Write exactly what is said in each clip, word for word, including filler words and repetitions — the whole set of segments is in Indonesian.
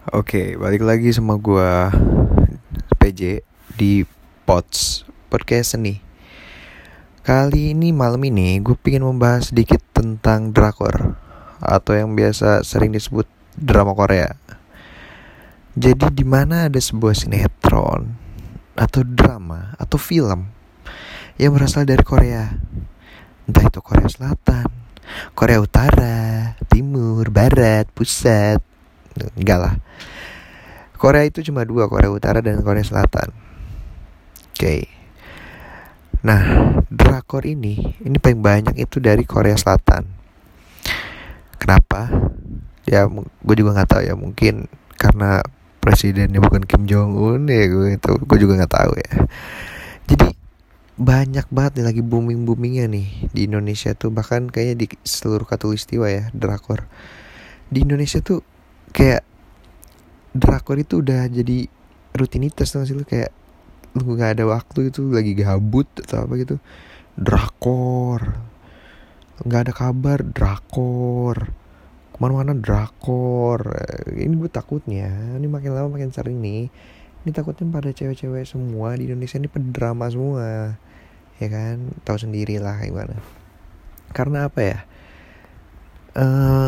Oke, balik lagi sama gua P J di Pods Podcast nih. Kali ini malam ini gue pengen membahas sedikit tentang drakor atau yang biasa sering disebut drama Korea. Jadi di mana ada sebuah sinetron atau drama atau film yang berasal dari Korea. Entah itu Korea Selatan, Korea Utara, Timur, Barat, Pusat. Enggak lah. Korea itu cuma dua, Korea Utara dan Korea Selatan. Oke. Okay. Nah, drakor ini ini paling banyak itu dari Korea Selatan. Kenapa? Ya, gue juga nggak tahu ya. Mungkin karena presidennya bukan Kim Jong Un ya, gue itu gue juga nggak tahu ya. Jadi banyak banget nih lagi booming boomingnya nih di Indonesia tuh, bahkan kayaknya di seluruh katulistiwa ya drakor. Di Indonesia tuh kayak drakor itu udah jadi rutinitas tuh sih, lu kayak lu nggak ada waktu itu lagi gabut atau apa gitu, drakor. Nggak ada kabar, drakor. Kemana-mana drakor. Ini gue takutnya ini makin lama makin sering nih, ini takutnya pada cewek-cewek semua di Indonesia ini pendrama semua, ya kan? Tahu sendiri lah gimana. Karena apa ya, uh,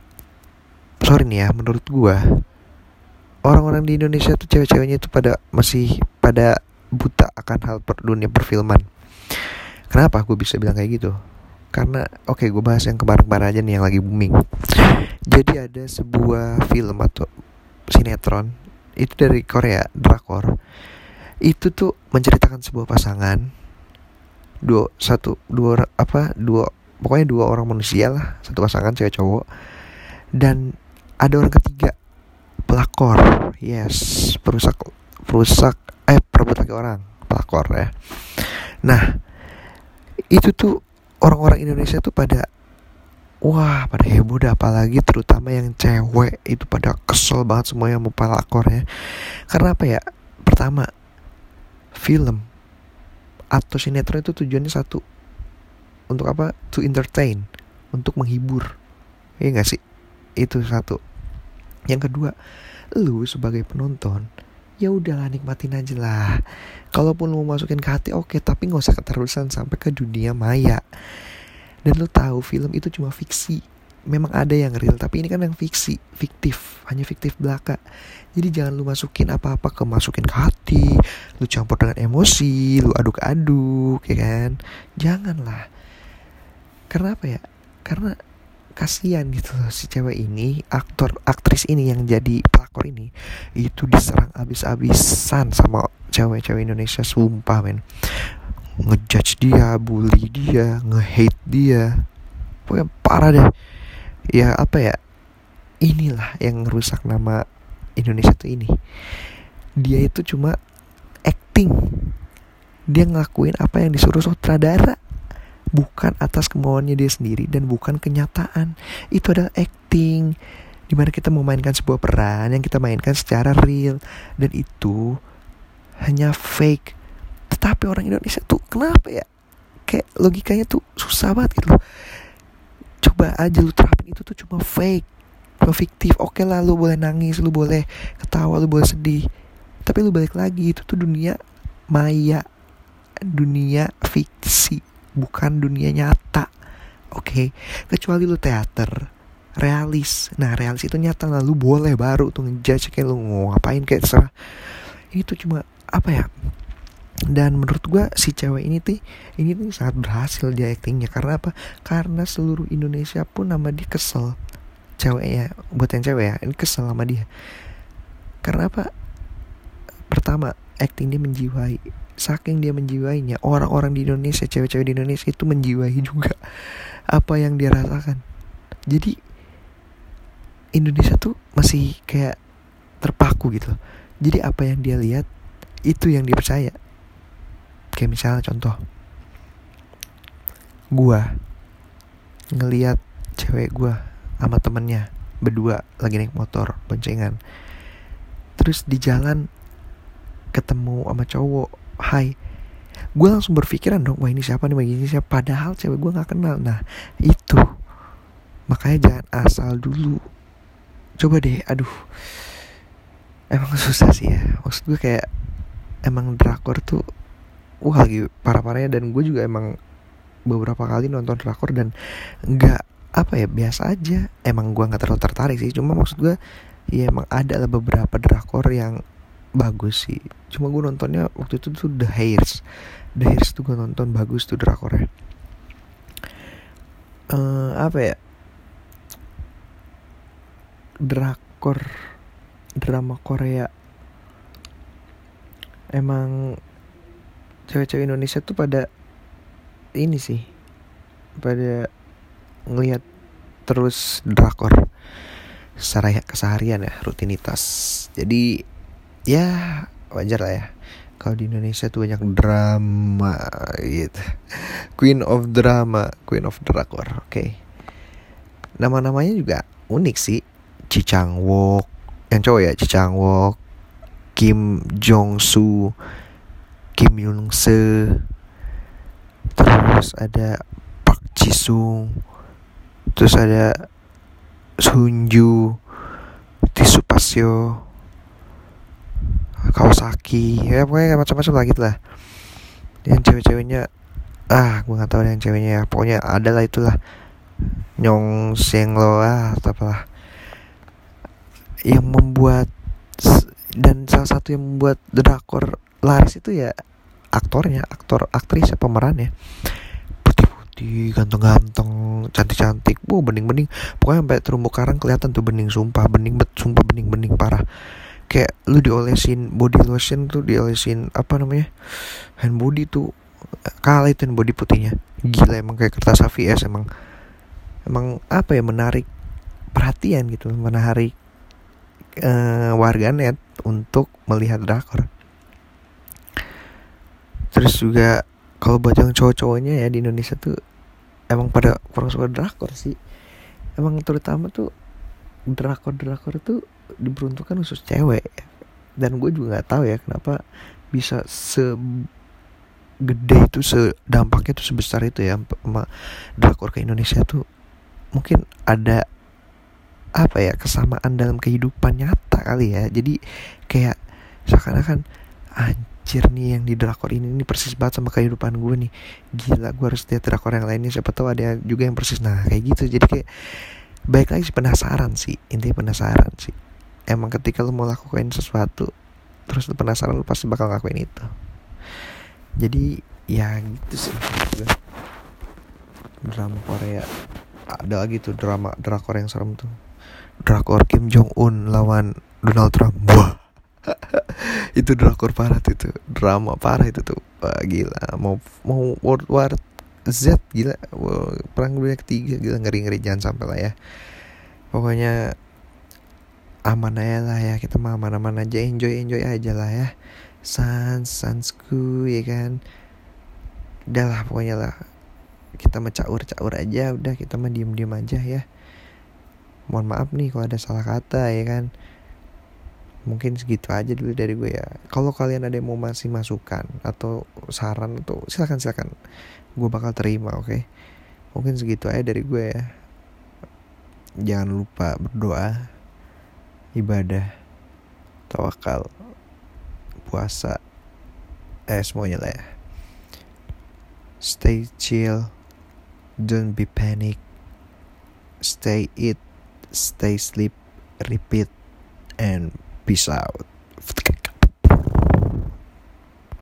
sorry nih ya, menurut gue orang-orang di Indonesia tuh cewek-ceweknya itu pada masih pada buta akan hal per dunia perfilman. Kenapa gue bisa bilang kayak gitu? Karena oke, okay, gue bahas yang kemarin-kemarin aja nih yang lagi booming. Jadi ada sebuah film atau sinetron itu dari Korea, drakor. Itu tuh menceritakan sebuah pasangan dua satu dua apa dua pokoknya dua orang manusia lah, satu pasangan cewek cowok, dan ada orang ketiga, pelakor. Yes, perusak perusak eh perebut laki orang, pelakor ya. Nah, itu tuh orang-orang Indonesia tuh pada wah, pada heboh dah, apalagi terutama yang cewek itu pada kesel banget semua yang mau pelakornya. Karena apa ya? Pertama, film atau sinetron itu tujuannya satu, untuk apa? To entertain, untuk menghibur. Iya gak sih? Itu satu. Yang kedua, lu sebagai penonton, ya udahlah nikmatin aja lah. Kalaupun lu mau masukin ke hati, oke, okay, tapi nggak usah keterusan sampai ke dunia maya. Dan lu tahu film itu cuma fiksi. Memang ada yang real, tapi ini kan yang fiksi, fiktif, hanya fiktif belaka. Jadi jangan lu masukin apa-apa ke masukin ke hati, lu campur dengan emosi, lu aduk-aduk, ya kan? Janganlah. Karena apa ya? Karena kasihan gitu loh si cewek ini, aktor aktris ini yang jadi pelakor ini, itu diserang abis-abisan sama cewek-cewek Indonesia, sumpah men. Ngejudge dia, bully dia, nge-hate dia, pokoknya parah deh. Ya apa ya, inilah yang ngerusak nama Indonesia tuh ini. Dia itu cuma acting, dia ngelakuin apa yang disuruh sutradara, bukan atas kemauannya dia sendiri dan bukan kenyataan. Itu adalah acting, dimana kita memainkan sebuah peran yang kita mainkan secara real, dan itu hanya fake. Tetapi orang Indonesia tuh kenapa ya, kayak logikanya tuh susah banget gitu loh. Coba aja lu terapin, itu tuh cuma fake, cuma fiktif. Oke lah, lu boleh nangis, lu boleh ketawa, lu boleh sedih, tapi lu balik lagi, itu tuh dunia maya, dunia fiksi, bukan dunia nyata. Oke, okay? Kecuali lu teater realis. Nah, realis itu nyata lah, lu boleh baru tuh ngejudge kayak lu mau ngapain kayak terserah. Ini tuh cuma apa ya? Dan menurut gua si cewek ini tuh ini tuh sangat berhasil dia aktingnya. Karena apa? Karena seluruh Indonesia pun nama dia kesel. Ceweknya, buat yang cewek ya, ini kesel sama dia. Karena apa? Pertama, akting dia menjiwai. Saking dia menjiwainya, orang-orang di Indonesia, cewek-cewek di Indonesia itu menjiwai juga apa yang dia rasakan. Jadi Indonesia tuh masih kayak terpaku gitu. Jadi apa yang dia lihat itu yang dia percaya. Kayak misalnya contoh, gua ngelihat cewek gua sama temennya berdua lagi naik motor boncengan, terus di jalan ketemu sama cowok, hai, gue langsung berpikiran dong, wah ini siapa nih, ini siapa, padahal cewek gue nggak kenal. Nah itu makanya jangan asal dulu. Coba deh, aduh, emang susah sih ya. Maksud gue kayak emang drakor tuh wah lagi parah-parahnya, dan gue juga emang beberapa kali nonton drakor dan nggak apa ya, biasa aja. Emang gue nggak terlalu tertarik sih, cuma maksud gue ya emang ada lah beberapa drakor yang bagus sih. Cuma gue nontonnya waktu itu tuh The Hairs. The Hairs tuh gue nonton, bagus tuh drakornya. Eh apa ya, drakor drama Korea emang cewek-cewek Indonesia tuh pada ini sih, pada ngelihat terus drakor secara keseharian ya, rutinitas. Jadi ya wajar lah ya kalau di Indonesia tuh banyak drama gitu. Queen of drama, Queen of drakor. Oke. Okay. Nama-namanya juga unik sih. Ji Chang Wook, yang cowok ya, Ji Chang Wook, Kim Jong Soo, Kim Yoon Se, terus ada Park Ji Sung, terus ada Sun Ju, Tisu Pasyo, Kawasaki, ya pokoknya macam-macam lah gitu lah. Yang cewek-ceweknya, ah gue nggak tahu yang ceweknya, pokoknya ada lah itulah, Nyong Seng Lo ah atau apalah. Yang membuat, dan salah satu yang membuat drakor laris itu ya aktornya, aktor aktris pemerannya, putih-putih, ganteng-ganteng, cantik-cantik, wow bening-bening, pokoknya sampai terumbu karang kelihatan tuh bening, sumpah bening bet, sumpah bening-bening parah. Kayak lu diolesin body lotion tuh, diolesin apa namanya, hand body tuh kalah itu body putihnya, gila emang kayak kertas A V S. Emang emang apa ya, menarik perhatian gitu, menarik uh, warganet untuk melihat drakor. Terus juga kalau buat yang cowok-cowoknya ya di Indonesia tuh emang pada kurang suka drakor sih. Emang terutama tuh drakor-drakor tuh diperuntukkan khusus cewek. Dan gue juga nggak tahu ya kenapa bisa segede itu, sedampaknya tuh sebesar itu ya sama drakor ke Indonesia tuh. Mungkin ada apa ya, kesamaan dalam kehidupan nyata kali ya. Jadi kayak seakan-akan anjir nih yang di drakor ini ini persis banget sama kehidupan gue nih. Gila, gue harus lihat drakor yang lainnya, siapa tahu ada juga yang persis. Nah kayak gitu. Jadi kayak baik lagi sih, penasaran sih, intinya penasaran sih. Emang ketika lu mau lakukan sesuatu terus lu penasaran, lu pasti bakal ngelakuin itu. Jadi ya gitu sih. Drama Korea ada lagi tuh, drama drakor yang serem tuh, drakor Kim Jong Un lawan Donald Trump. Wah itu drakor parah tuh, itu drama parah itu tuh. Wah, gila, mau mau World War Z, gila, wow, perang dunia ketiga, gila, ngeri-ngeri, jangan sampai lah ya. Pokoknya aman aja lah ya, kita mah aman-aman aja, enjoy-enjoy aja lah ya, sans sansku ya kan. Udah lah pokoknya lah, kita mah caur-caur aja, udah kita mah diem-diem aja ya. Mohon maaf nih kalau ada salah kata ya kan. Mungkin segitu aja dulu dari gue ya. Kalau kalian ada yang mau masih masukan atau saran tuh silakan silakan, gue bakal terima. Oke, okay? Mungkin segitu aja dari gue ya. Jangan lupa berdoa, ibadah, tawakal, puasa, eh semuanya lah ya. Stay chill, don't be panic, stay eat, stay sleep, repeat, and peace out.